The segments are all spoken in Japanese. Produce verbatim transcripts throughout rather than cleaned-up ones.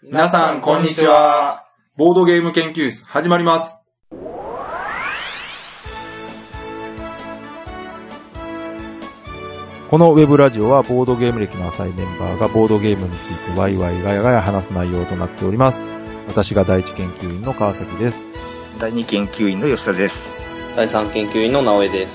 皆さん、こんにちは。ボードゲーム研究室、始まります。 このウェブラジオは、ボードゲーム歴の浅いメンバーがボードゲームについてワイワイガヤガヤ話す内容となっております。私が第一研究員の川崎です。 第二研究員の吉田です。 第三研究員の直江です。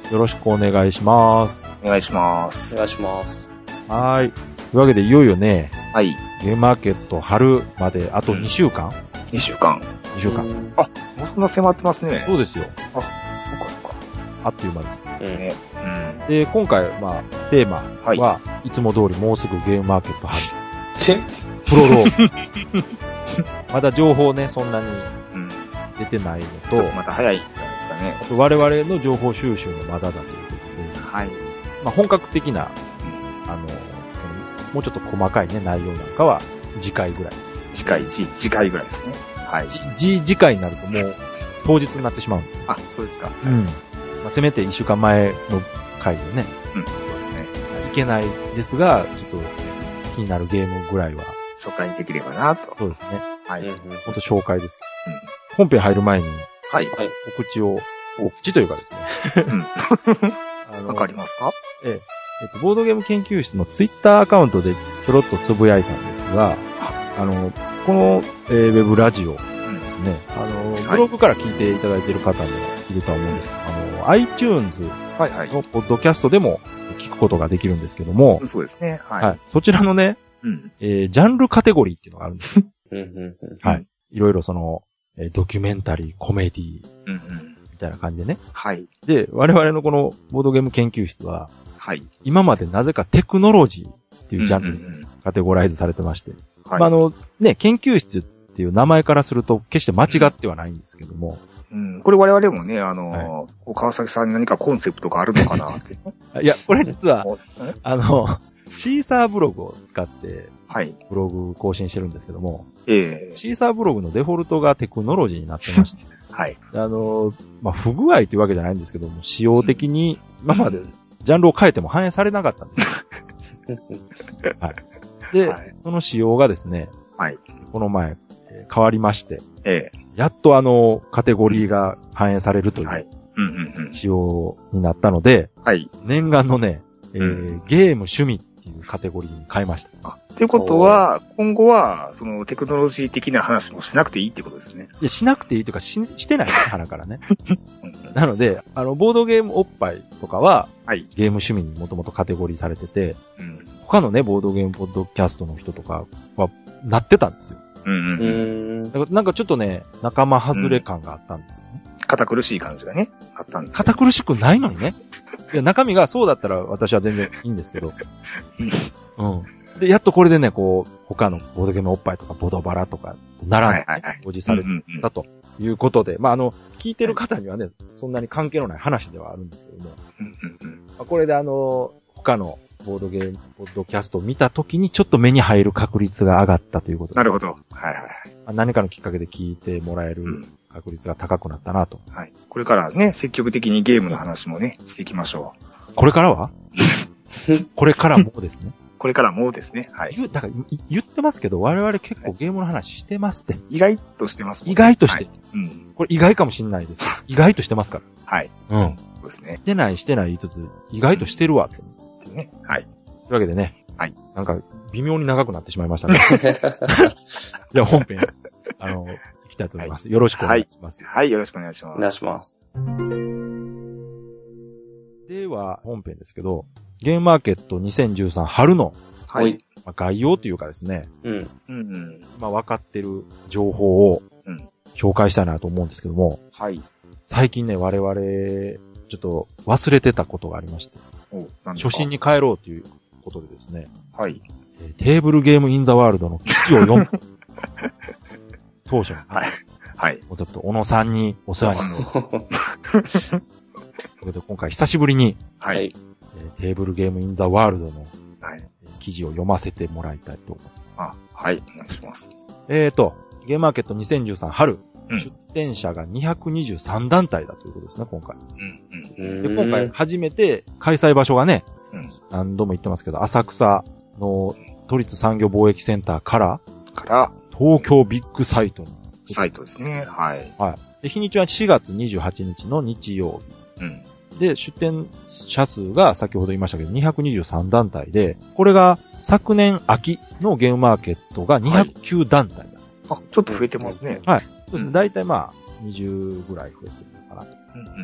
よろしくお願いします。 お願いします。 お願いします。 はーい。というわけで、いよいよね、 はい。 ゲームマーケット春まであとにしゅうかん、うん、 にしゅうかん。 にしゅうかん。 あ、もうそんな迫ってますね。 そうですよ。 あ、そうかそうか。 あっという間です。 うん。 ね、 うん。で、今回、まあ、テーマは、はい、いつも通りもうすぐゲームマーケット春。プロローグ。まだ情報ね、そんなに出てないのと、 うん、また早いんじゃないですかね。 あと我々の情報収集もまだだということで、 はい。 まあ、本格的な、うん、あの、もうちょっと細かいね、内容なんかは次回ぐらい。 次回、次、次回ぐらいですね。はい。 次、次回になるともう当日になってしまう。 あ、そうですか。 うん。まあ、せめていっしゅうかんまえの回でね。 うん、そうですね。 いけないですが、ちょっと気になるゲームぐらいは。 紹介できればなと。 そうですね。 はい。 ほんと紹介です。うん。本編入る前に。 はい。 告知を、告知というかですね。 うん。わかりますか？ ええ。えっと、ボードゲーム研究室のツイッターアカウントでちょろっとつぶやいたんですが、あの、この、えー、ウェブラジオですね、うん、あの、ブログから聞いていただいている方もいるとは思うんですけど、あの、iTunes のポッドキャストでも聞くことができるんですけども、 はいはい、そうですね、はい。はい。 そちらのね、うん、えー、ジャンルカテゴリーっていうのがあるんです。はい。いろいろその、えー、ドキュメンタリー、コメディ、うんうん、みたいな感じでね。 はい。 で、我々のこのボードゲーム研究室は、 はい。 今までなぜかテクノロジーっていうジャンルにカテゴライズされてまして。はい。まあ、あの、ね、研究室っていう名前からすると決して間違ってはないんですけども。 うん。これ我々もね、あの、はい、川崎さんに何かコンセプトがあるのかなって。 いや、これ実は、あの、シーサーブログを使って、はい。ブログ更新してるんですけども。ええー。シーサーブログのデフォルトがテクノロジーになってまして。 はい。 あの、まあ、不具合というわけじゃないんですけども、仕様的に今まで、ジャンルを変えても反映されなかったんです。はい。で、はい、その仕様がですね、はい。この前、えー、変わりまして、ええ。やっとあの、カテゴリーが反映されるという、はい。うんうんうん。仕様になったので、はい。念願のね、えーうん、ゲーム趣味っていうカテゴリーに変えました。 あ、っていうことは、今後は、そのテクノロジー的な話もしなくていいってことですよね。 いや、しなくていいというか、し、してない花からね。なので、あの、ボードゲームおっぱいとかは、はい。ゲーム趣味にもともとカテゴリーされてて、うん。他のね、ボードゲームポッドキャストの人とかは、なってたんですよ。うんうんうん。だからなんかちょっとね、仲間外れ感があったんですよね。 うん、堅苦しい感じがね、あったんです堅苦しくないのにね。いや、中身がそうだったら私は全然いいんですけど。うん。で、やっとこれでね、こう、他のボードゲームおっぱいとかボドバラとか、並んで表示されたということで、まあ、あの、聞いてる方にはね、そんなに関係のない話ではあるんですけども、まあ、これであの、他のボードゲーム、ポッドキャストを見たときにちょっと目に入る確率が上がったということで。 なるほど。はいはい。 まあ、何かのきっかけで聞いてもらえる確率が高くなったなと。 うん、はい。これからね、積極的にゲームの話もね、していきましょう。これからはこれからもですね。 これからもですね。はい。 言う、だから言ってますけど、我々結構ゲームの話してますって。 意外としてますもんね。 意外として。はい、 うん。 これ意外かもしんないです。意外としてますから。 はい。 うん。 そうですね。 してないしてない言いつつ、意外としてるわって。 ってね。はい。 というわけでね。 はい。 なんか、微妙に長くなってしまいましたね。じゃあ本編、あの、行きたいと思います。はい、よろしくお願いします。 はい。はい、よろしくお願いします。 お願いします。 では、本編ですけど、ゲームマーケットにせんじゅうさん春の、 はい。 まあ、概要というかですね。 うん。 うんうん。 まあ、分かってる情報を、紹介したいなと思うんですけども。 はい。 最近ね、我々、ちょっと忘れてたことがありまして。 お、何ですか？ 初心に帰ろうということでですね。 はい。 テーブルゲームインザワールドの記事を読む。当初に、ね。 はい。はい。 もうちょっと、小野さんにお世話になる。今回久しぶりに、 はい。 テーブルゲームインザワールドの、はい。記事を読ませてもらいたいと思います。 あ、はい。お願いします。 えーと、ゲームマーケットにせんじゅうさん春、うん、出展者がにひゃくにじゅうさんだんたいだということですね、今回。うんうん、で今回初めて開催場所がね、うん、何度も言ってますけど、浅草の都立産業貿易センターから、 から、 東京ビッグサイトのサイトですね。はい。 はい。で、日にちはしがつにじゅうはちにちの日曜日。 うん。 で、出展者数が先ほど言いましたけど、にひゃくにじゅうさんだんたいで、これが昨年秋のゲームマーケットがにひゃくきゅうだんたいだ。 あ、ちょっと増えてますね。 はい。そうですね。だいたいまあ、にじゅうぐらい増えてるのかなと。 うんうんうん。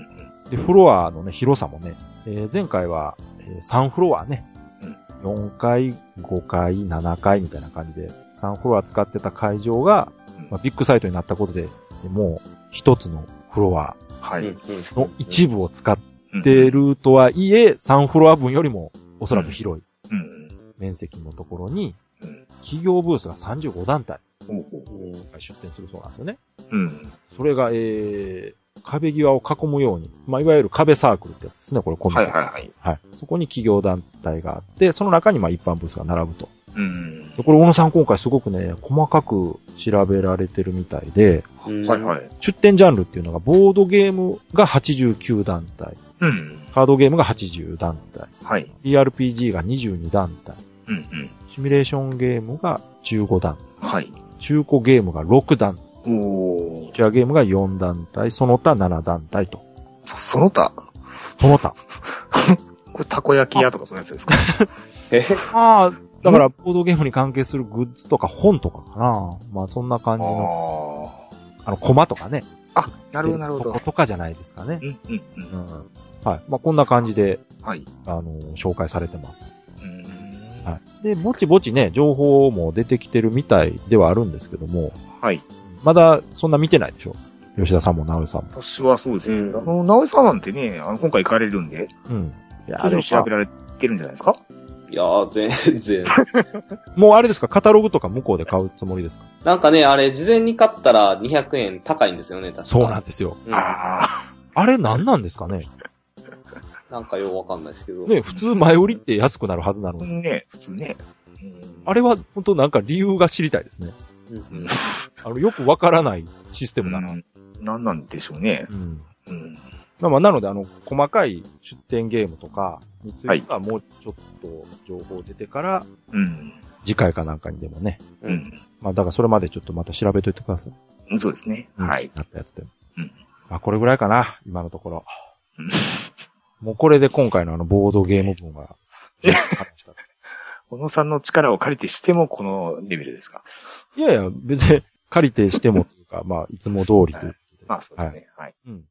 で、フロアのね、広さもね、えー前回は、えーさんフロアね、よんかい、ごかい、ななかいみたいな感じで、さんフロア使ってた会場が、まあ、ビッグサイトになったことで、もう一つのフロアはい。 の一部を使ってるとはいえ、さんフロア分よりもおそらく広いうん。 面積のところに、 うん。 企業ブースがさんじゅうごだんたいほうほう出展するそうなんですよね。 うん。 それが、えー、壁際を囲むように、まあ、いわゆる壁サークルってやつですね、これコミック。 はいはいはい。 はい。そこに企業団体があって、その中にまあ一般ブースが並ぶと。 うん。 でこれ、小野さん今回すごくね、細かく調べられてるみたいで、 はいはい。 出展ジャンルっていうのが、ボードゲームがはちじゅうきゅうだんたい、 うん。 カードゲームがはちじゅうだんたい、 はい。 ティーアールピージー がにじゅうにだんたい、 うんうん。 シミュレーションゲームがじゅうごだん、 はい。 中古ゲームがろくだん、 おー。 チェアゲームがよんだんたい、その他ななだんたいと。 そ、その他その他。 これ、たこ焼き屋とかそういうやつですか？ えああ、だから、ボードゲームに関係するグッズとか本とかかな。まあ、そんな感じの、 ああの、コマとかね。 あ。あ、なるほどなるほどそこ。とかじゃないですかね。 うんうんう。 うんん。はい。まあ、こんな感じで、 はい。 あの、紹介されてます。 うん。 はい。で、ぼちぼちね、情報も出てきてるみたいではあるんですけども、 はい。 まだそんな見てないでしょ？吉田さんも直江さんも。 私はそうですね。 うんあの、直江さんなんてね、あの、今回行かれるんで、 うん。いや徐々に調べられてるんじゃないですか？ いやー、全然。 もうあれですか、カタログとか向こうで買うつもりですか？ なんかね、あれ、事前に買ったらにひゃくえん高いんですよね、確か。 そうなんですよ。 うん。 ああれ何なんですかね？ なんかようわかんないですけど。 ね、普通前売りって安くなるはずなのあ。 に。 ね、普通ね。うんあれは本当なんか理由が知りたいですね。 うんうん。 あの、よくわからないシステムだな。 うん何なんでしょうね。 うん。 うん。 まあまあ、なので、あの、細かい出店ゲームとかについてはもうちょっと情報出てから、 うん。 次回かなんかにでもね。 う。ん。 まあ、だからそれまでちょっとまた調べといてください。 そうですね。 うんはい。 なったやつでも。 うん。 まあ、これぐらいかな、今のところ。 うんもうこれで今回のあの、ボードゲーム分は、話した小野さんの力を借りてしてもこのレベルですか？ いやいや、別に借りてしてもというか、まあ、いつも通りということで。 まあそうですね。はい。 うん。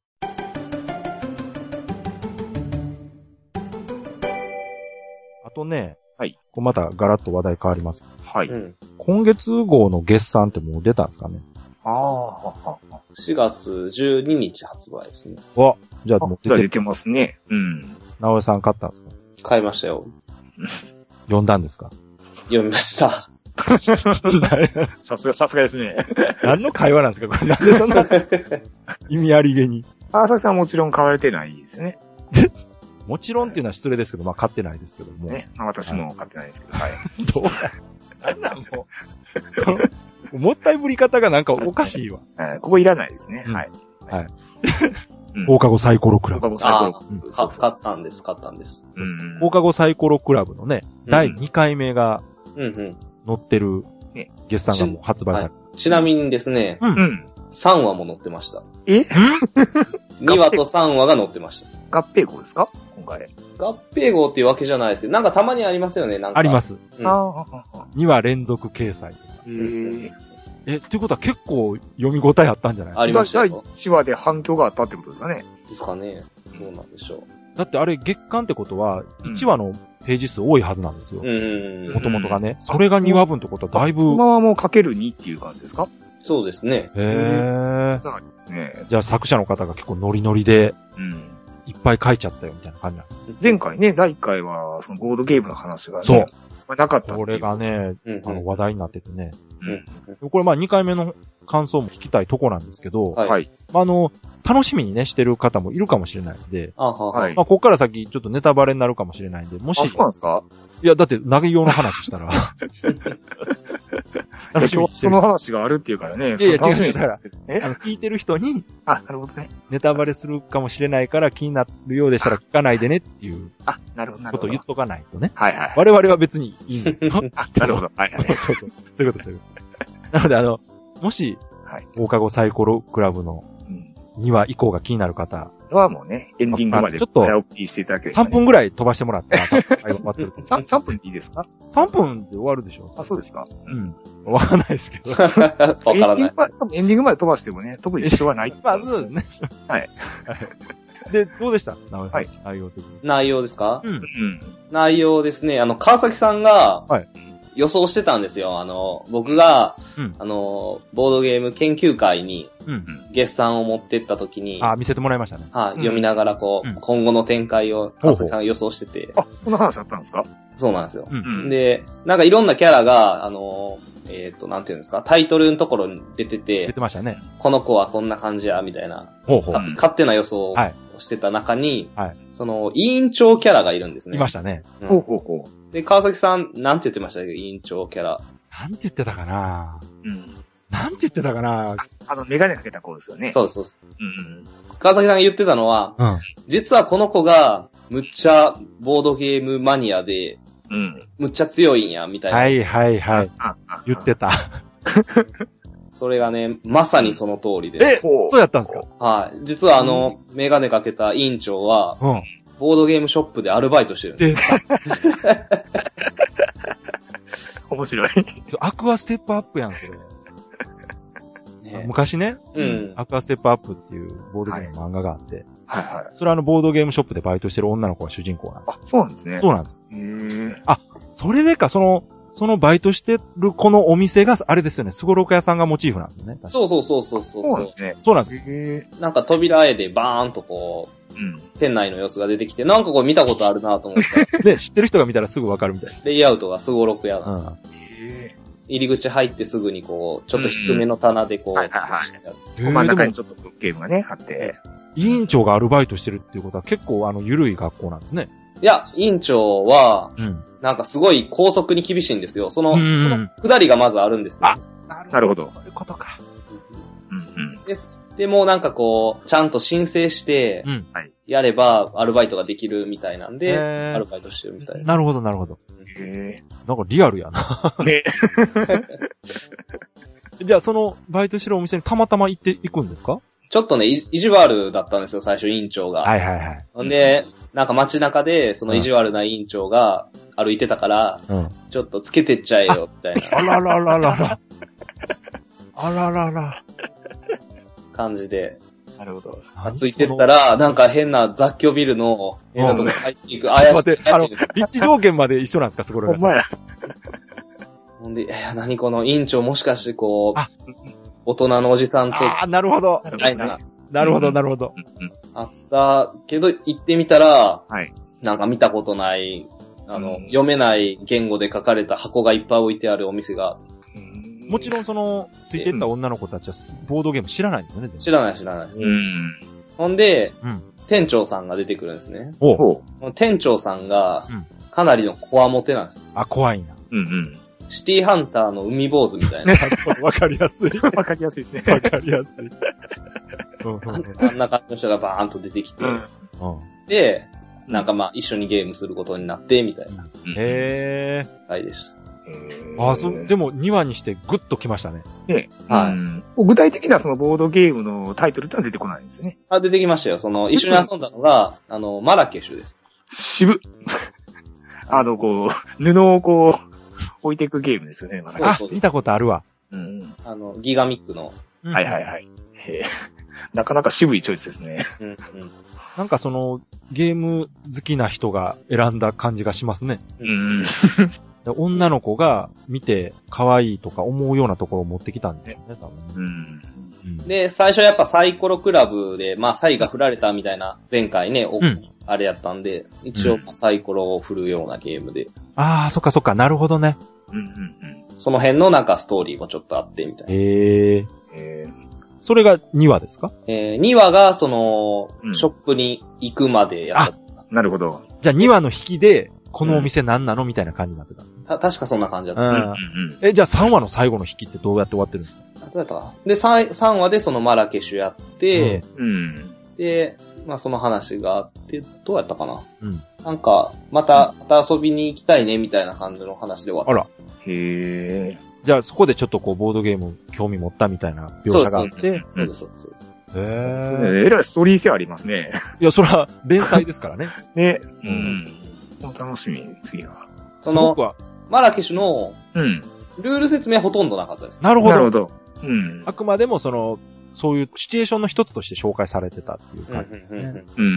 あとね、 はい。 こうまたガラッと話題変わります。 はい。 うん。 今月号の月産ってもう出たんですかね？ ああ、ああ、 しがつじゅうににち発売ですね。 わ、じゃあもう出てる。 じゃあ出てますね。うん。 直江さん買ったんですか？ 買いましたよ。 読んだんですか？ 読みました。 さすが、さすがですね。 何の会話なんですかこれなんでそんな意味ありげに。 あさきさんはもちろん買われてないですよね。 もちろんっていうのは失礼ですけど、まあ買ってないですけども。 ね。まあ私も買ってないですけど、はい。 どうだなんなんもう。もったいぶり方がなんかおかしいわ。 えーここいらないですね。 うんはい。 はい。 うん放課後サイコロクラブ。 放課後サイコロうんそうかそうそう買ったんです、買ったんです。 うん。 放課後サイコロクラブのね、 うんだいにかいめがうんうん。 載ってるね月産がもう発売される。 ちなみにですね、 うん。 さんわも載ってました。 えにわとさんわが載ってました。 合併号ですか今回。 合併号っていうわけじゃないですけど、なんかたまにありますよね、なんか。 あります。 うんああ、ああ、 にわ連続掲載。 ええ。 え、っていうことは結構読み応えあったんじゃないですか？ ありました第よ。 いちわで反響があったってことですかね。 ですかね。どうなんでしょう。 だってあれ月間ってことは、 うんいちわのページ数多いはずなんですよ。 うんうんうん。 もともとがね。それがにわぶんってことはだいぶ。 そのままもうかけるにっていう感じですか？ そうですね。 へー。 そうなんですね。 じゃあ作者の方が結構ノリノリでうん。 いっぱい書いちゃったよみたいな感じなんですよ。 前回ね、だいいっかいは、そのボードゲームの話がね、 そうまあ、なかったっていう。 これがね、 うんあの話題になっててね。 うん。 これまあにかいめの感想も聞きたいとこなんですけど、 はい。 はい。 まああの、楽しみにね、してる方もいるかもしれないんで、 あはは。 はいまあここから先ちょっとネタバレになるかもしれないんで、もし、 あ、そうなんですか？ いやだって内容の話したら、 いや楽しみ今日そにしてるの話があるっていうからね。 いやいやその楽しみにしてたんですけどえあの聞いてる人にあ、なるほどね。 ネタバレするかもしれないから気になるようでしたら聞かないでねっていうあ、なるほど、なるほど。 ことを言っとかないとね。 はいはいはい。 我々は別にいいんですよ。 あ、なるほど。はいはい。 そうそう。そういうことそういうこなのであの、もし、 はい。 放課後サイコロクラブのうん。 にわ以降が気になる方、 はもうね、エンディングまでちょっと早送りしていただければ、 さんね。 ぷんぐらい飛ばしてもらったら、多分終わってると思う。 さん、さんぷんでいいですか？ さんぷんで終わるでしょ。 あ、そうですか。 うん。わかんないですけど。 わからないです。 エンディングま多分エンディングまで飛ばしてもね、特に支障はない。 まあ、そうですね。 はい。 で、どうでした直江さん。 はい内容的に。 内容ですか？ うん。 うん。 内容ですね。あの、川崎さんがはい、 予想してたんですよ。あの、僕が、 うんあの、ボードゲーム研究会にうん。 月産を持ってった時に、 あ、見せてもらいましたね。 はい、 うん読みながらこう、 うん今後の展開を川崎さんが予想してて、 あ、そんな話あったんですか？ そうなんですよ。 うん。 うんで、なんかいろんなキャラが、あの、えっ、と、なんていうんですか、タイトルのところに出て出て、 てましたね。 この子はこんな感じや、みたいな、 ほうほうか。勝手な予想をはいしてた中に、 はいその、委員長キャラがいるんですね。 いましたね。 うんほうほうほで、川崎さん、なんて言ってましたっけ、委員長キャラ。 なんて言ってたかなう。うん。 なんて言ってたかなあの、メガネかけた子ですよね。 そうです、そうです。 うん。 川崎さんが言ってたのは、 うん。 実はこの子が、むっちゃボードゲームマニアで、 うん。 むっちゃ強いんや、みたいな。 はいはいはい。 あ、あ、 言ってた。 それがね、まさにその通りで。 えほうそうやったんですかはい。実はあの、メガネかけた委員長は、 うん。 ボードゲームショップでアルバイトしてるんです。 で、 面白い。 アクアステップアップやん、それ。 ね昔ね、 うん。 アクアステップアップっていうボードゲームの漫画があって、 はいはい。 それはあの、ボードゲームショップでバイトしてる女の子が主人公なんですよ。 あ、そうなんですね。 そうなんですよ。 へえ。 それでか、その、そのバイトしてるこのお店が、あれですよね、スゴロク屋さんがモチーフなんですよね。確かそうそうそうそうそうそうなんですね。 そうなんですよ。 へえ。 なんか扉絵でバーンとこうん。 う、店内の様子が出てきて、なんかこれ見たことあるなと思って、 で、知ってる人が見たらすぐわかるみたいレイアウトがすごろく屋なんです。 な。 へえ。 入り口入ってすぐにこう、ちょっと低めの棚でこう、 うんはいはいはいしてあるうん。 真ん中でもにちょっとゲームがね、あって。 委員長がアルバイトしてるっていうことは結構あの、緩い学校なんですね。 いや、委員長は、 うん。 なんかすごい高速に厳しいんですよ。その、 うんうんうんその下りがまずあるんですね。 あなるほど。 そういうことか。 うんうん。 です。でもなんかこう、ちゃんと申請してう、ん。 やればアルバイトができるみたいなんで、 へーアルバイトしてるみたいです。 なるほど、なるほど。 へなんかリアルやな。 え。ね。 じゃあ、その、バイトしてるお店にたまたま行っていくんですか？ ちょっとね、い意地悪だったんですよ、最初委員長が。 はいはいはい。 ほんで、なんか街中で、その意地悪な委員長が歩いてたから、 うん。 ちょっとつけてっちゃえよ、みたいなあららららら。あららら。 感じで、 なるほど。 ついてったら、なんか変な雑居ビルの変なとこ入っていく、怪しい。 待って、あの、 怪しい立地条件まで一緒なんですか、そこらほんまや。 ほんで、いや、何この委員長もしかしてこうあ、 大人のおじさんってああ、なるほど。 なるほどみたいなね。 なるほど、なるほど。 うんうん。 あったけど、行ってみたら、 はい。 なんか見たことない、あの、 うん読めない言語で書かれた箱がいっぱい置いてあるお店が、 もちろんその、ついてった女の子たちは、ボードゲーム知らないんですよね、 知らない知らないです。 うん。 ほんで、 うん。 店長さんが出てくるんですね。 おう。 ほ店長さんがうん、 かなりのコアモテなんです。 あ、怖いな。 う。うんうん。 シティハンターの海坊主みたいな。 わかりやすい。 わかりやすいですね。 わかりやすい。うんうんあんな感じの人がバーンと出てきて、 うん。 うん。 で、なんかまあ一緒にゲームすることになって、みたいなへ回でした。 え。あ、そ、でもにわにしてグッときましたね。 ね。 はいうん具体的なそのボードゲームのタイトルってのは出てこないんですよね。 あ、出てきましたよ。その、一緒に遊んだのが、あの、マラケシュです。 渋。あの、こう、布をこう、置いていくゲームですよね。まだあそうそう、 見たことあるわ。 うん。 あの、ギガミックの。 はいはいはい。へえなかなか渋いチョイスですね。 うんうん。 なんかその、ゲーム好きな人が選んだ感じがしますね。 うん。 で女の子が見て可愛いとか思うようなところを持ってきたんだよね、多分ね。 うん。 うんで、最初やっぱサイコロクラブで、まあ、サイが振られたみたいな、前回ね、おうんあれやったんで、一応サイコロを振るようなゲームで、 ああ、そっかそっか、なるほどね。 うんうんうん。 その辺のなんかストーリーもちょっとあってみたいな。 へえ。 えそれがにわですか？ えー、にわが、その、 うんショップに行くまでやった。 ーなるほど。 じゃあにわの引きで、このお店何なのみたいな感じになってた。 た確かそんな感じだった。 うん。 うんうんえ、じゃあさんわの最後の引きってどうやって終わってるんですか？ どうやったかなで、さん、さんわでそのマラケシュやって、 うん。 で、まあその話があって、どうやったかなうん。 なんか、また、また遊びに行きたいね、みたいな感じの話で終わった。 あら。 へえ。 じゃあそこでちょっとこう、ボードゲーム興味持ったみたいな描写があって、 そうです、そうです。そうです。 へえ。えらいストーリー性ありますね。 いや、それは連載ですからね。 ね。うん。楽しみ、次は。 その、マラケシュの、 うん。 ルール説明はほとんどなかったです。 なるほど。 なるほど。うん。 あくまでもその、そういうシチュエーションの一つとして紹介されてたっていう感じですね。 うんうんうん。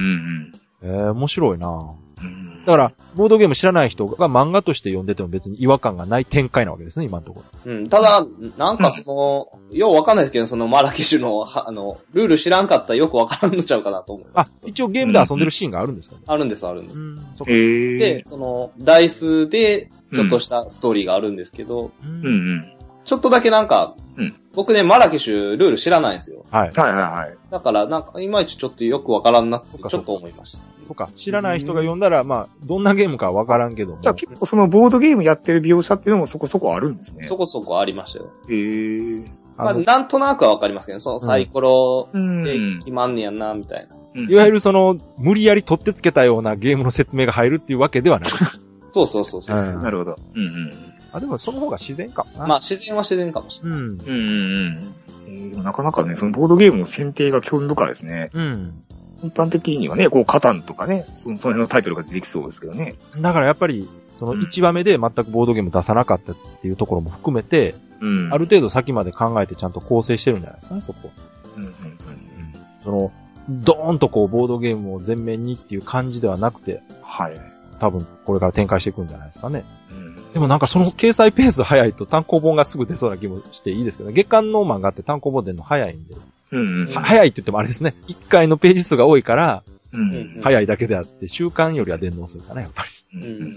えー、面白いなうん、 だから、ボードゲーム知らない人が漫画として読んでても別に違和感がない展開なわけですね、今のところ。うん。ただ、なんかその、うん、ようわかんないですけど、そのマラケシュの、あの、ルール知らんかったらよくわからんのちゃうかなと思います。 あ、一応ゲームで遊んでるシーンがあるんですかね、 うん、あるんです、あるんです。 うん、 そへー。 で、その、ダイスで、ちょっとしたストーリーがあるんですけど、 うん、うんうんちょっとだけなんか、うん、僕ね、マラケシュルール知らないんですよ。 はい。 はいはいはい。 だから、なんか、いまいちちょっとよくわからんなってちょっと思いました。 そうか。知らない人が読んだら、まあ、どんなゲームかわからんけども。 じゃあ結構そのボードゲームやってる描写っていうのもそこそこあるんですね。 そこそこありましたよ。 へー。 まあ、なんとなくはわかりますけど、そのサイコロで決まんねやな、みたいな、 うんうん。いわゆるその、無理やり取ってつけたようなゲームの説明が入るっていうわけではない。 そうそうそうそう、うん。 なるほど。うんうん。 あ、でもその方が自然かもな。 まあ自然は自然かもしれない。うん。うんうんうん。えー、でもなかなかね、そのボードゲームの選定が興味深いですね。 うん。 一般的にはね、こう、カタンとかね、そのその辺のタイトルが出てきそうですけどね。 だからやっぱり、そのいちわめで全くボードゲーム出さなかったっていうところも含めて、うん。ある程度先まで考えてちゃんと構成してるんじゃないですかね、そこ。うんうんうん。その、ドーンとこう、ボードゲームを前面にっていう感じではなくて、 はい。 多分これから展開していくんじゃないですかね。うん、でもなんかその掲載ペース早いと単行本がすぐ出そうな気もしていいですけどね。月刊の漫画って単行本出るの早いんで。うんうん、早いって言ってもあれですね。いっかいのページ数が多いから、うんうん、早いだけであって、週刊よりは伝納するかな、やっぱり。うんうんうん、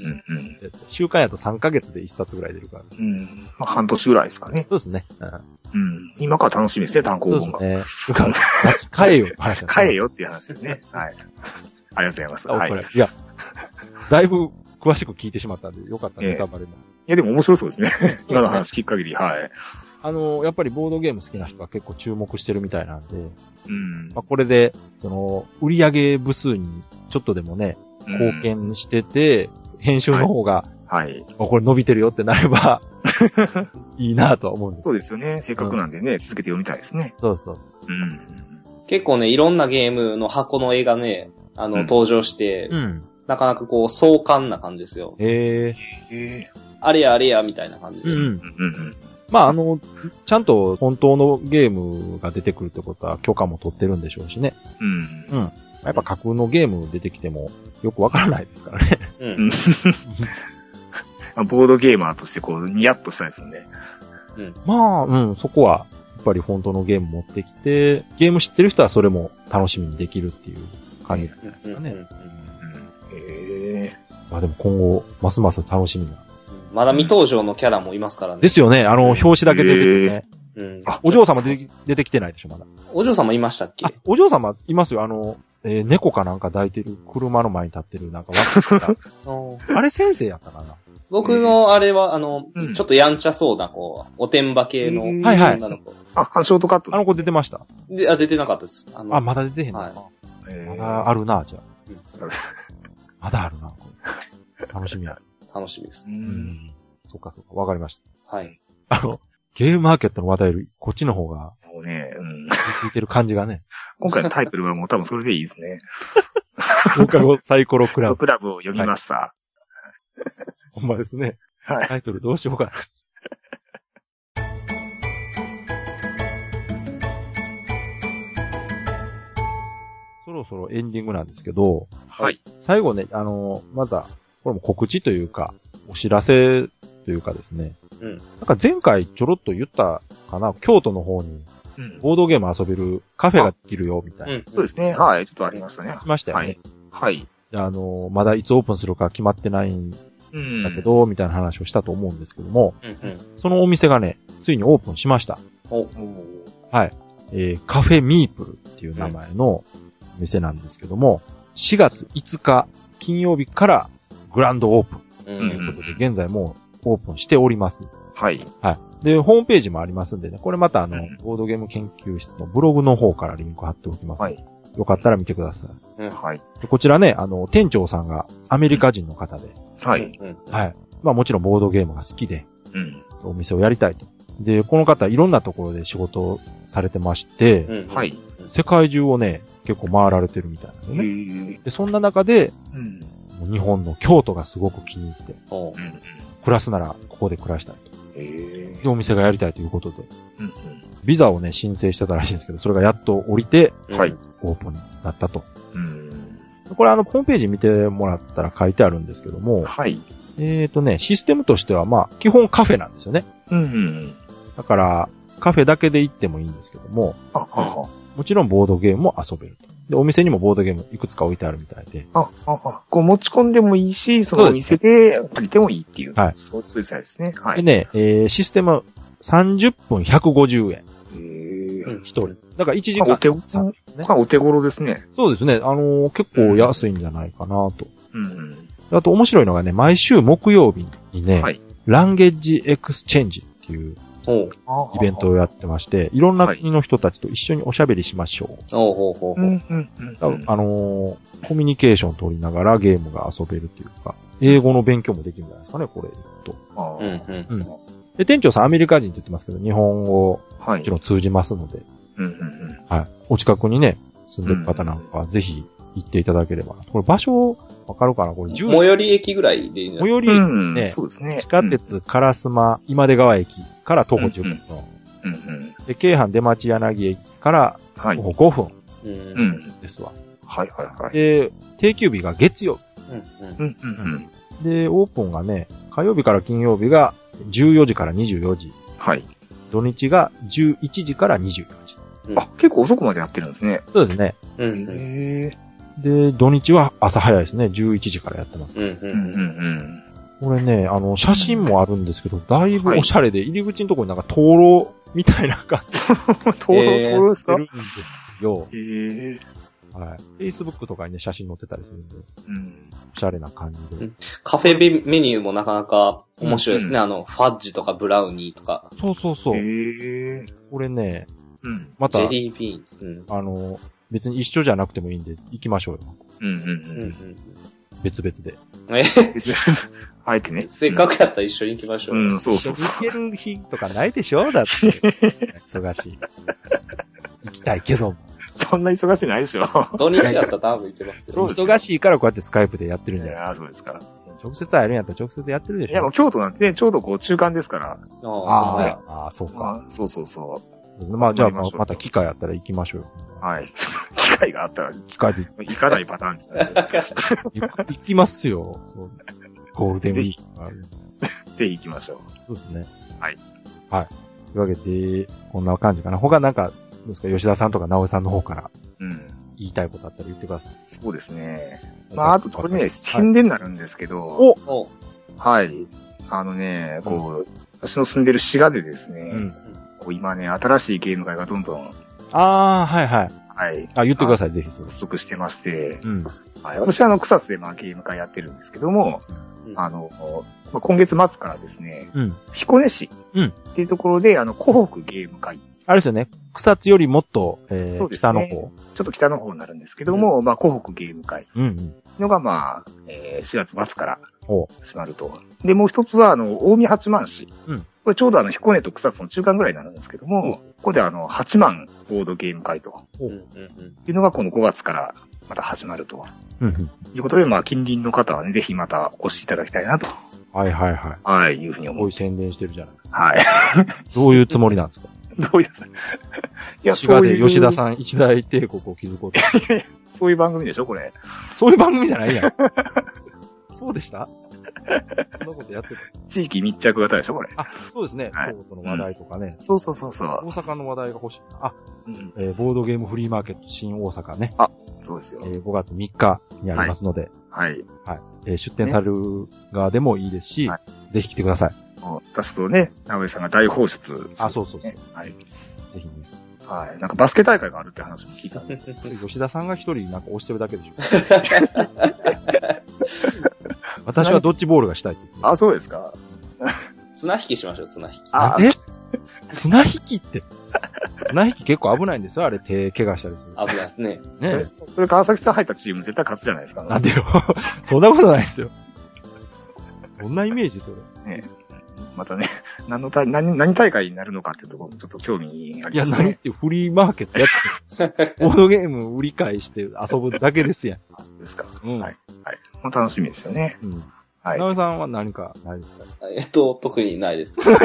週刊やとさんかげつでいっさつぐらい出るから。 うん、まあ、半年ぐらいですかね。 そうですね。うんうん、今から楽しみですね、単行本が。 そうですね。買えよ。 買えよっていう話ですね。はい。ありがとうございます。はい。 いや、だいぶ詳しく聞いてしまったんで、よかったね、ネタバレも。いや、でも面白そうですね。今の話聞く限り、はい。 あの、やっぱりボードゲーム好きな人は結構注目してるみたいなんで、うん。まあ、これで、その、売上部数にちょっとでもね、貢献してて、うん、編集の方が、はい。はい、これ伸びてるよってなれば、いいなとは思うんです。 そうですよね。せっかくなんでね、うん、続けて読みたいですね。 そうそうそう。 うん。結構ね、いろんなゲームの箱の絵がね、あの、うん、登場して、うん。なかなかこう、壮観な感じですよ。 へえ。 あれやあれや、みたいな感じで。うん。うんうんまあ、あの、ちゃんと本当のゲームが出てくるってことは許可も取ってるんでしょうしね。うん。うん。やっぱ架空のゲーム出てきてもよくわからないですからね。うん。 ボードゲーマーとしてこう、ニヤッとしたいですもんね。 うん。まあ、うん、そこは、やっぱり本当のゲーム持ってきて、ゲーム知ってる人はそれも楽しみにできるっていう感じなんですかね。うん。へえ。まあでも今後、ますます楽しみな。 まだ未登場のキャラもいますからね。 ですよね。あの、表紙だけ出てくるね。うん。あ、お嬢様出て、出てきてないでしょ、まだ。 お嬢様いましたっけ？ あ、お嬢様いますよ。あの、えー、猫かなんか抱いてる、車の前に立ってる、なんかわあれ先生やったかな。 僕のあれは、あの、うん、ちょっとやんちゃそうな子、おてんば系の女の子。 はいはい。あ、ショートカット。 あの子出てました。 で、あ、出てなかったです。 あの、あ、まだ出てへんの、はい、まだあるな、じゃあ。うん、まだあるな、楽しみや。 楽しみです。 うん。そっかそっか、わかりました。 はい。 あの、ゲームマーケットの話題より、こっちの方が、 もうね、うん。 ついてる感じがね。 今回のタイトルはもう多分それでいいですね。 放課後サイコロクラブ。 クラブを読みました。はい、 ほんまですね。はい。タイトルどうしようかな。そろそろエンディングなんですけど、 はい。 最後ね、あの、また、これも告知というか、お知らせというかですね。うん。なんか前回ちょろっと言ったかな、京都の方に、ボードゲーム遊べるカフェができるよ、みたいな、うん。 そうですね。はい。ちょっとありましたね。 来ましたよね。 はい。はい。 あの、まだいつオープンするか決まってないんだけど、うん、みたいな話をしたと思うんですけども、うんうん、そのお店がね、ついにオープンしました。おはい。えー、カフェミープルっていう名前の店なんですけども、しがついつか金曜日からグランドオープンということで、現在もうオープンしております。 はい。 はい。で、ホームページもありますんでね、これまたあの、うん、ボードゲーム研究室のブログの方からリンク貼っておきます。はい。よかったら見てください。うん、はい。こちらね、あの、店長さんがアメリカ人の方で。 はい。 はい。まあもちろんボードゲームが好きで。うん。 お店をやりたいと。で、この方いろんなところで仕事をされてまして、 うん、 はい。 世界中をね、結構回られてるみたいなのね。で、そんな中で、うん、日本の京都がすごく気に入って、うん、暮らすならここで暮らしたいと。で、お店がやりたいということで、うんうん、ビザをね、申請してたらしいんですけど、それがやっと降りて、はい、オープンになったと。うん、これあの、ホームページ見てもらったら書いてあるんですけども、はい。えっとね、システムとしてはまあ、基本カフェなんですよね。うんうん、だから、カフェだけで行ってもいいんですけども、ああもちろんボードゲームも遊べると。で、お店にもボードゲームいくつか置いてあるみたいで。 あ、あ、あ、こう持ち込んでもいいし、そのお店で借りてもいいっていう。はい。そう、そういうスタイルですね。はい。 でね、えー、システムさんじゅっぷんひゃくごじゅうえん。へー。一人。だからいちじかん。 お手頃、ね、お手頃ですね。 そうですね。あのー、結構安いんじゃないかなと。うん、うん。あと面白いのがね、毎週木曜日にね、はい、ランゲージエクスチェンジっていう、イベントをやってまして、いろんな国の人たちと一緒におしゃべりしましょう。あのー、コミュニケーション取りながらゲームが遊べるというか、英語の勉強もできるんじゃないですかね、これと。うんうん、で、店長さんアメリカ人って言ってますけど、日本語、もちろん通じますので、はい。お近くにね、住んでる方なんかはぜひ行っていただければ。これ場所、わかるかなこれじゅう最寄り駅ぐらいでいいんですか？最寄り、ね、そうですね。地下鉄、烏丸、今出川駅から徒歩じゅっぷんの。うんうん、で、京阪出町柳駅から徒歩ごふん。うん、ですわ。 はいはいはい。 で、定休日が月曜日。うんうんうん、で、オープンがね、火曜日から金曜日がじゅうよじからにじゅうよじ。はい。土日がじゅういちじからにじゅうよじ。 うん、あ、結構遅くまでやってるんですね。 そうですね。うん、へー。で、土日は朝早いですね。じゅういちじからやってます。うんうんうん、これね、あの、写真もあるんですけど、だいぶおしゃれで、入り口のところになんか灯籠みたいな感じ。 灯籠、灯籠ですか？ 出るんですよ。へー。はい。Facebook とかにね、写真載ってたりするんで、うん、おしゃれな感じで。 カフェメニューもなかなか面白いですね。うん、あの、ファッジとかブラウニーとか。 そうそうそう。へー。これね、うん、また、 ジェリービーンズ、うん、 あの、別に一緒じゃなくてもいいんで、行きましょうよ。うんうんうん。別々で。えあえてね。 せっかくやったら一緒に行きましょう。 うん、そうそうそう。行ける日とかないでしょだって。忙しい。行きたいけども。 そんな忙しいないでしょ。 土日やったら多分行けますよ。そう忙しいからこうやってスカイプでやってるんじゃないですか。 ああ、そうですか。 直接会えるんやったら直接やってるでしょ。 いや、もう京都なんてね、ちょうどこう中間ですから。 ああ、ああ、そうか。 そうそうそう。 まあ、じゃあ、また機会あったら行きましょうよ。 はい。機会があったら。 機会で。 行かないパターンですね。 行きますよ。そうゴールデンウィークがある。 ぜひ行きましょう。そうですね。 はい。 はい。というわけで、こんな感じかな。他なんか、どうですか、吉田さんとか直江さんの方から。うん。言いたいことあったら言ってください。 そうですね。まあ、あと、これね、宣伝になるんですけど。おはい。あのね、こう、私の住んでる滋賀でですね、うん、今ね、新しいゲーム会がどんどん。 ああ、はいはい。 はい。 あ、言ってください、ぜひ。 発足してまして。うん。はい。私はあの、草津でまあゲーム会やってるんですけども、うん、あの、まあ、今月末からですね、うん。彦根市。うん。っていうところで、あの、湖北ゲーム会。 あれですよね。草津よりもっと、えー、そうですね、北の方。 ちょっと北の方になるんですけども、うん、まあ、湖北ゲーム会。うんうん。のが、まあ、えー、しがつ末から始まると。で、もう一つは、あの、近江八幡市。うん。これちょうどあの、彦根と草津の中間ぐらいになるんですけども、うん、ここであの、八幡ボードゲーム会と。うんうんうん。いうのがこのごがつからまた始まると。うんうん。いうことで、まあ、近隣の方はね、ぜひまたお越しいただきたいなと。 はいはいはい。 はい、いうふうに思う。 すごい宣伝してるじゃない。 はい。 どういうつもりなんですか？ どういうつもり？いや、そういう。吉田さん一大帝国を築こうと。 そういう番組でしょ、これ。 そういう番組じゃないやん。そうでした？そんなことやってた。 地域密着型でしょ、これ。 あ、そうですね。はい、京都の話題とかね、うん。 そうそうそうそう。 大阪の話題が欲しいな。あ、うん、えー、ボードゲームフリーマーケット新大阪ね。 あ、そうですよ。 えー、ごがつみっかにありますので。 はい。はい。 はい、えー、出展される側でもいいですし、ね、ぜひ来てください。 私とね、直江さんが大放出、ね。 あ、そうそうそう。 はい。ぜひね。 はい。なんかバスケ大会があるって話も聞いたんで。 吉田さんが一人なんか押してるだけでしょ。私はドッジボールがしたいって言って。 あ、そうですか。 綱引きしましょう、綱引き。 あ、え綱引きって。綱引き結構危ないんですよ、あれ手怪我したりする。 危ないですね。 ねそれ、それ川崎さん入ったチーム絶対勝つじゃないですか、 なんでよ。そんなことないですよ。どんなイメージそれ。ねまたね、何の大、何、何大会になるのかっていうところもちょっと興味ありますね。 いや、何ってフリーマーケットやって、ボードゲーム売り買いして遊ぶだけですやん。 あ、そうですか。 うん。 はい。はい。もう楽しみですよね。うん。はい。 直江さんは何かないですか？ えっと、特にないです。い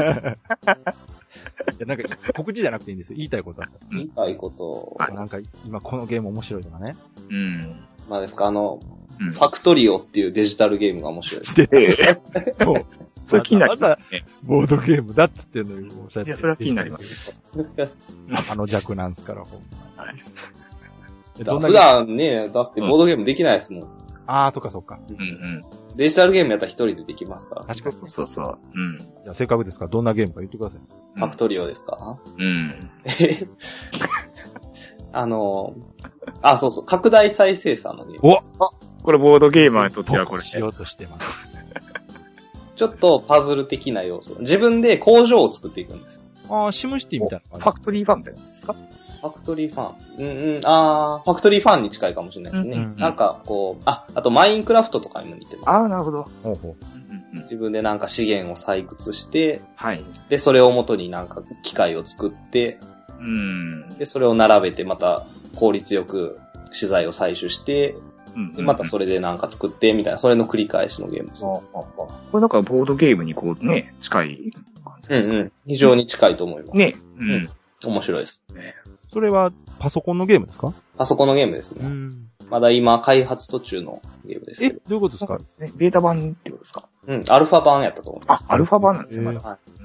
や、なんか、告知じゃなくていいんですよ。言いたいことあった。 言いたいこと。 なんか、今このゲーム面白いとかね。 うん。 まあですか、あの、うん、ファクトリオっていうデジタルゲームが面白いです。 で、そう。それ気になりますね。 ボードゲームだっつってんのに、 もういや、それは気になります。 あの弱なんすから、ほんま。はい。 普段ね、だってボードゲームできないですもん。うん、 ああ、そっかそっか。 うんうん。 デジタルゲームやったら一人でできますから。 確かに。 そうそう。うん。 じゃあ、せっかくですから、どんなゲームか言ってください。 ファクトリオですか？ うん。 あの、あ、そうそう、拡大再生産のゲーム。 おあ、これボードゲーマーにとってはこれ。 しようとしてます。 ちょっとパズル的な要素。自分で工場を作っていくんです。 ああ、シムシティみたいな。 ファクトリーファンみたいなやつですか？ ファクトリーファン。うんうん。ああ、ファクトリーファンに近いかもしれないですね。うんうんうん、なんか、こう、あ、あとマインクラフトとかにも似てます。 ああ、なるほど。 ほうほう。 自分でなんか資源を採掘して、 はい。 で、それを元になんか機械を作って、 うん。 で、それを並べてまた効率よく資材を採取して、うんうんうん、で、またそれでなんか作って、みたいな、それの繰り返しのゲームです、ね。 あああこれなんかボードゲームにこうね、近い感じですか？ うんうん。非常に近いと思います。 ね。 うん。うん、面白いです。 ね。 それはパソコンのゲームですか？ パソコンのゲームですね。 うん。 まだ今開発途中のゲームですけど。 え、どういうことですか？ ですね。ベータ版ってことですか？ うん、アルファ版やったと思います。 あ、アルファ版なんですね、まだ。 はい。 うん。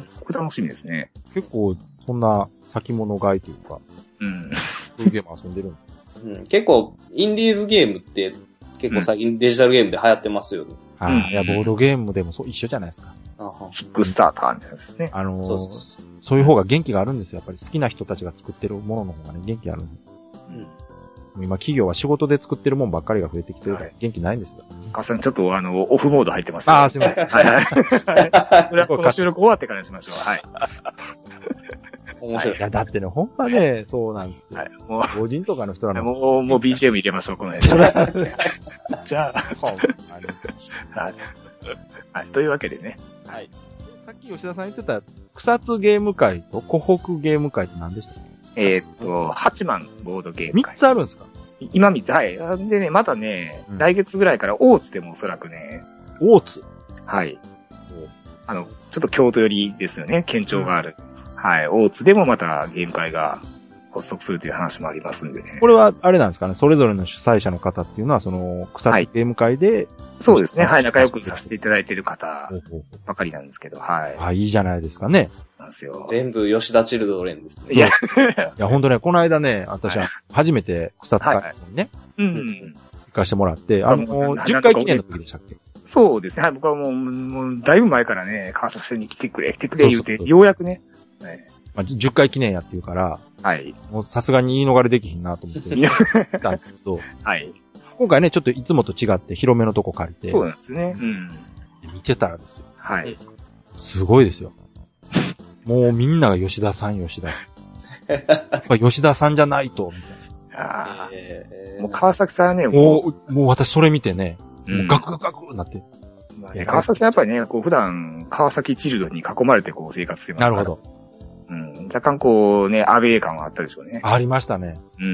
これ楽しみですね。 結構、そんな先物買いというか、 うん。 そういうゲーム遊んでるんですか？ うん、結構、インディーズゲームって結構最近デジタルゲームで流行ってますよね。 うん、ああ、いや、ボードゲームでもそう一緒じゃないですか。 キックスターターみたいなですね。 あのー、そうそうそう、そういう方が元気があるんですよ。やっぱり好きな人たちが作ってるものの方がね、元気あるんです。うん。今企業は仕事で作ってるもんばっかりが増えてきてるから、元気ないんですよ。 かさん、ちょっとあの、オフモード入ってます、ね。 ああ、すいません。 はいはい。これはこの収録終わってからにしましょう。はい。 面白い。 いや、だってね、ほんまね、そうなんですよ。 はい。もう、 法人とかの人らの。 もう、もう ビージーエム 入れましょう、この辺で。じゃあ、はい。はい。というわけでね。 はい。 さっき吉田さん言ってた、草津ゲーム会と湖北ゲーム会って何でしたっけ？ えー、っと、はちまんボードゲーム会。 みっつあるんですか？ 今みっつ、はい。でね、またね、うん、来月ぐらいから大津でもおそらくね。 大津？ はい。あの、ちょっと京都寄りですよね、県庁がある。うん、はい。大津でもまたゲーム会が発足するという話もありますんでね。 これは、あれなんですかね、それぞれの主催者の方っていうのは、その、草津ゲーム会で、はい、 そうですね、はい、仲良くさせていただいている方ばかりなんですけど、はい。 あ、いいじゃないですかね。 なんですよ。 全部吉田チルドレンですね。 いや、いや、ほんとね、この間ね、私は初めて草津会にね、 はいはい、うん。 行かしてもらって、あの、じゅっかい記念の時でしたっけ？ そうですね、はい、僕はもう、もう、だいぶ前からね、川崎さんに来てくれ、来てくれ言うて、そうそうそう、ようやくね、はい、 まあ、じゅっかい記念やっていうから、 はい。 もうさすがに言い逃れできひんなと思って見たんですけど、 はい。 今回ね、ちょっといつもと違って広めのとこ借りて。 そうなんですね。うん。 見てたらですよ。 はい。 すごいですよ。もうみんなが吉田さん、吉田。やっぱ吉田さんじゃないと、みたいな。 ああ、えー。もう川崎さんはね、 もう、もう私それ見てね、うん、もうガクガクガクなって。 まあね、川崎さんやっぱりね、こう普段川崎チルドに囲まれてこう生活してますから。 なるほど。 うん、若干こうね、アウェー感はあったでしょうね。 ありましたね。 うん。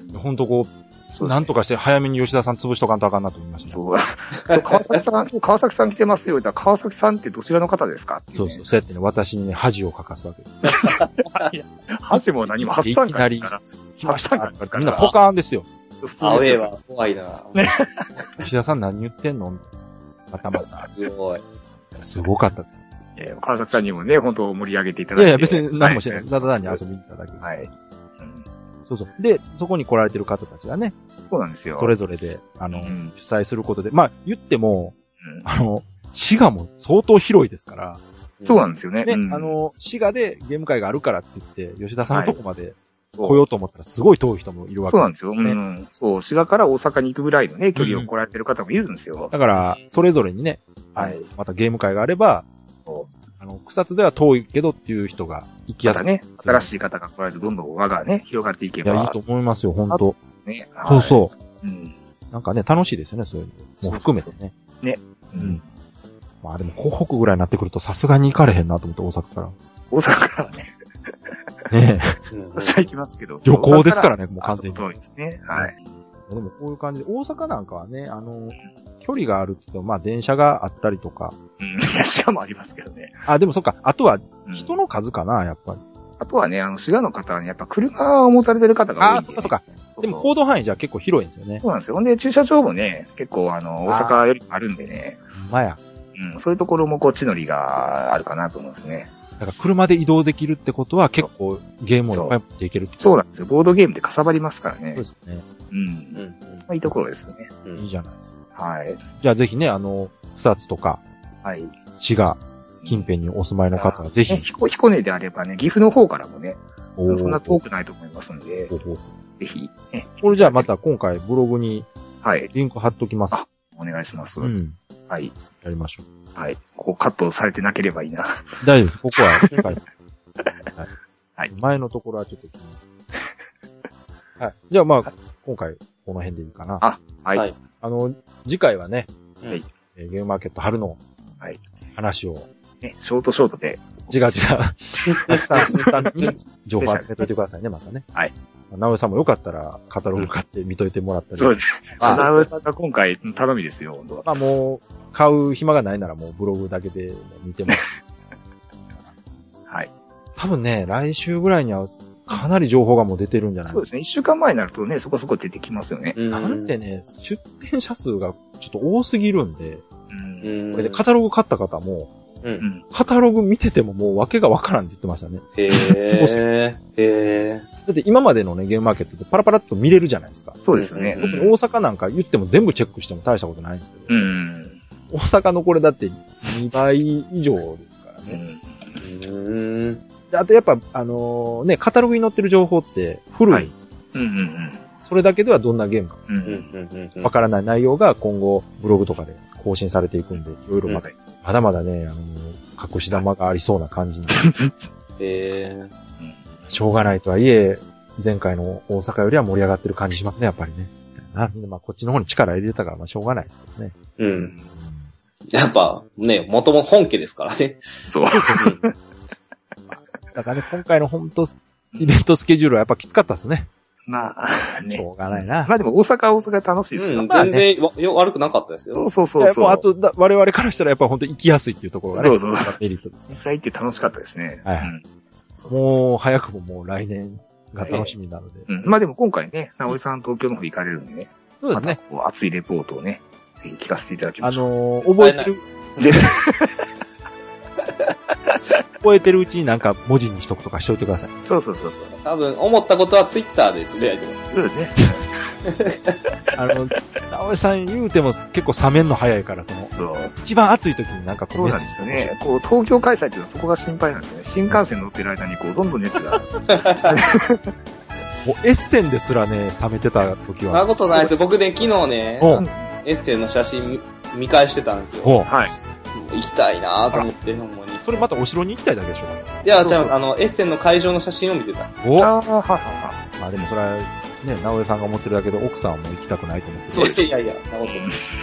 ほんとこう、なんとかして早めに吉田さん潰しとかんとあかんなと思いました、ね。 そう。川崎さん、川崎さん来てますよ。言ったら川崎さんってどちらの方ですかって、ね、 そうそう。そうやってね、私にね、恥をかかすわけです。 いや、恥も何も初参加ですから。 来ました。みんなポカーンですよ。 普通ですよ。 アウェーは怖いな。 ね。 吉田さん何言ってんの頭が。 すごい。 すごかったです。 えー、川崎さんにもね、本当盛り上げていただいて。 いやいや、別に何もしてないです。ただ単に遊びに行っただけ。 はい。うん、 そうそう。で、そこに来られてる方たちがね。 そうなんですよ。 それぞれで、あの、 うん、 主催することで。まあ、言っても、うん、あの、滋賀も相当広いですから。 そうなんですよね。 ね、うん、あの、滋賀でゲーム会があるからって言って、吉田さんのとこまで来ようと思ったらすごい遠い人もいるわけです、ね。 そうなんですよ。うん。そう、滋賀から大阪に行くぐらいのね、距離を来られてる方もいるんですよ。 うん、だから、それぞれにね、はい。またゲーム会があれば、あの、草津では遠いけどっていう人が行きやすい。 またね、新しい方が来られてどんどん輪がね、広がっていけば。 いや、いいと思いますよ、本当ね。 そうそう。 うん。 なんかね、楽しいですよね、そういうのも含めてね。 ね。 うん。 まあでも、港北ぐらいになってくるとさすがに行かれへんなと思って、大阪から。 大阪からね。 ねえ。私は行きますけど。 旅行ですからね、もう完全に。 そうですね。はい。 でもこういう感じで、大阪なんかはね、あの、距離があるって言っても、まあ電車があったりとか。 うん、いや、しかもありますけどね。 あ、でもそっか、あとは人の数かな、やっぱり。 あとはね、あの、滋賀の方はね、やっぱ車を持たれてる方が多いんで、ね。あ、 そっかそっか。でも行動範囲じゃ結構広いんですよね。 そうなんですよ。ほんで、駐車場もね、結構あの、大阪よりあるんでね。 ほんまや。 うん、そういうところもこう、地の利があるかなと思うんですね。 だから車で移動できるってことは結構ゲームをいっぱい持っていけるってそうなんですよ。ボードゲームってかさばりますからね。 そうですね。 うん。うん。まあ、いいところですよね。 うん。いいじゃないですか。 はい。 じゃあぜひね、あの、草津とか、 はい。 滋賀、近辺にお住まいの方はぜひ。 彦、彦根であればね、岐阜の方からもね、そんな遠くないと思いますんで、ぜひ、ね。 これじゃあまた今回ブログに、 はい。 リンク貼っときます。 あ、お願いします。 うん。 はい。 やりましょう。はい。こうカットされてなければいいな。 大丈夫。ここは、今回。はい。 はい。 前のところはちょっと気に。はい。じゃあまあ、今回この辺でいいかな。 あ、はい。 あの、次回はね、 はい。 ゲームマーケット春の、はい。話を。 ね、ショートショートで。 違う違う。たくさんするために情報集めといてくださいね、またね。 はい。 なおさんもよかったらカタログ買って見といてもらったり。 そうです。なおさんが今回頼みですよ、本当は。 まあもう、買う暇がないならもうブログだけで見てもらう。 はい。 多分ね、来週ぐらいにはかなり情報がもう出てるんじゃないそうですね。一週間前になるとね、そこそこ出てきますよね。 なんせね、出店者数がちょっと多すぎるんで、 うん、 これでカタログ買った方も、 うん、 カタログ見ててももう訳がわからんって言ってましたね。 へー。へー。 だって今までのね、ゲームマーケットってパラパラっと見れるじゃないですか。 そうですよね。 特に大阪なんか言っても全部チェックしても大したことないんですけど。 うん。 大阪のこれだってにばい以上ですからね。 うん。 であとやっぱ、あのー、ね、カタログに載ってる情報って古い。はい、 うんうんうん。 それだけではどんなゲームか。 うんうんうん。 わからない内容が今後ブログとかで更新されていくんで、いろいろまだ、うん、まだまだね、あのー、隠し玉がありそうな感じなんで。 へー。 しょうがないとはいえ、前回の大阪よりは盛り上がってる感じしますね、やっぱりね。なので、まあ、こっちの方に力入れたから、まあ、しょうがないですけどね。 うん。やっぱ、ね、元々本家ですからね。 そう。 だからね、今回の本当イベントスケジュールはやっぱきつかったですね。 まあ、ね。 しょうがないな。 まあでも大阪は大阪で楽しいですよ。 うん、全然、ね、悪くなかったですよ。 そうそうそうそう。 あと、我々からしたらやっぱ本当行きやすいっていうところがね。 そうそう。 メリットですね。 実際行って楽しかったですね。 はい。うんもう、早くももう来年が楽しみなので。 うん、まあでも今回ね、直江さん東京の方行かれるんでね。 そうですね。 また熱いレポートをね、ぜひ聞かせていただきましょう。 あのー、覚えてる。覚えてるうちになんか文字にしとくとかしといてください。 そうそうそうそう。 多分、思ったことはツイッターでつぶやいてます。 そうですね。 あの、直江さん言うても結構冷めんの早いから、その、そう一番暑い時になんかこうそうなんですよね。こう、東京開催っていうのはそこが心配なんですよね。新幹線乗ってる間にこう、どんどん熱が。 もうエッセンですらね、冷めてた時は。 そんなことないですよ。僕ね、昨日ね、エッセンの写真見返してたんですよ。 はい。 行きたいなぁと思って、ほんまに。 それまたお城に行きたいだけでしょいや、じゃあ、あの、エッセンの会場の写真を見てたんです。 おあははは。 まあでもそれは、ね、直江さんが思ってるだけで奥さんはもう行きたくないと思ってる。 そうです。いやいや、なことない。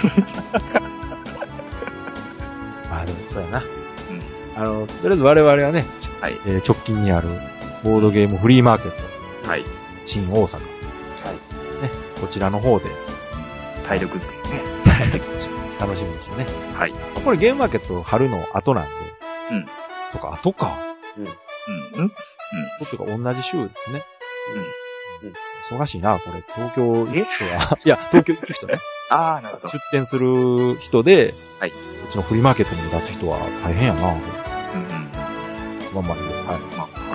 まあでもそうやな。うん。あの、とりあえず我々はね、 はい。 えー、直近にある、ボードゲームフリーマーケット。 はい。 新大阪。はい。ね、こちらの方で。 体力づくりね。 楽しみにしてね。 はい。 これゲームマーケット春の後なんで。 うん。 そっか、後か。 うん。うん。うん。うん。 そっか、同じ週ですね。 うん。うん。 忙しいな、これ。東京行く人は。いや、東京行く人ね。 ああ、なるほど。 出店する人で、 はい。 うちのフリーマーケットに出す人は大変やな。うんうん。まあまあ、はい。 まあ、はい。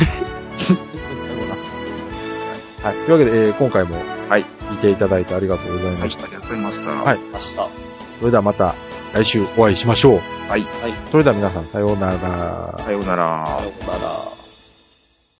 はい。というわけで、えー、今回も、 はい。 聞いていただいてありがとうございました。 はい、ありがとうございました。 はい。 ました。 それではまた来週お会いしましょう。 はい。 はい。それでは皆さん、さようなら。 さようなら。 さようなら。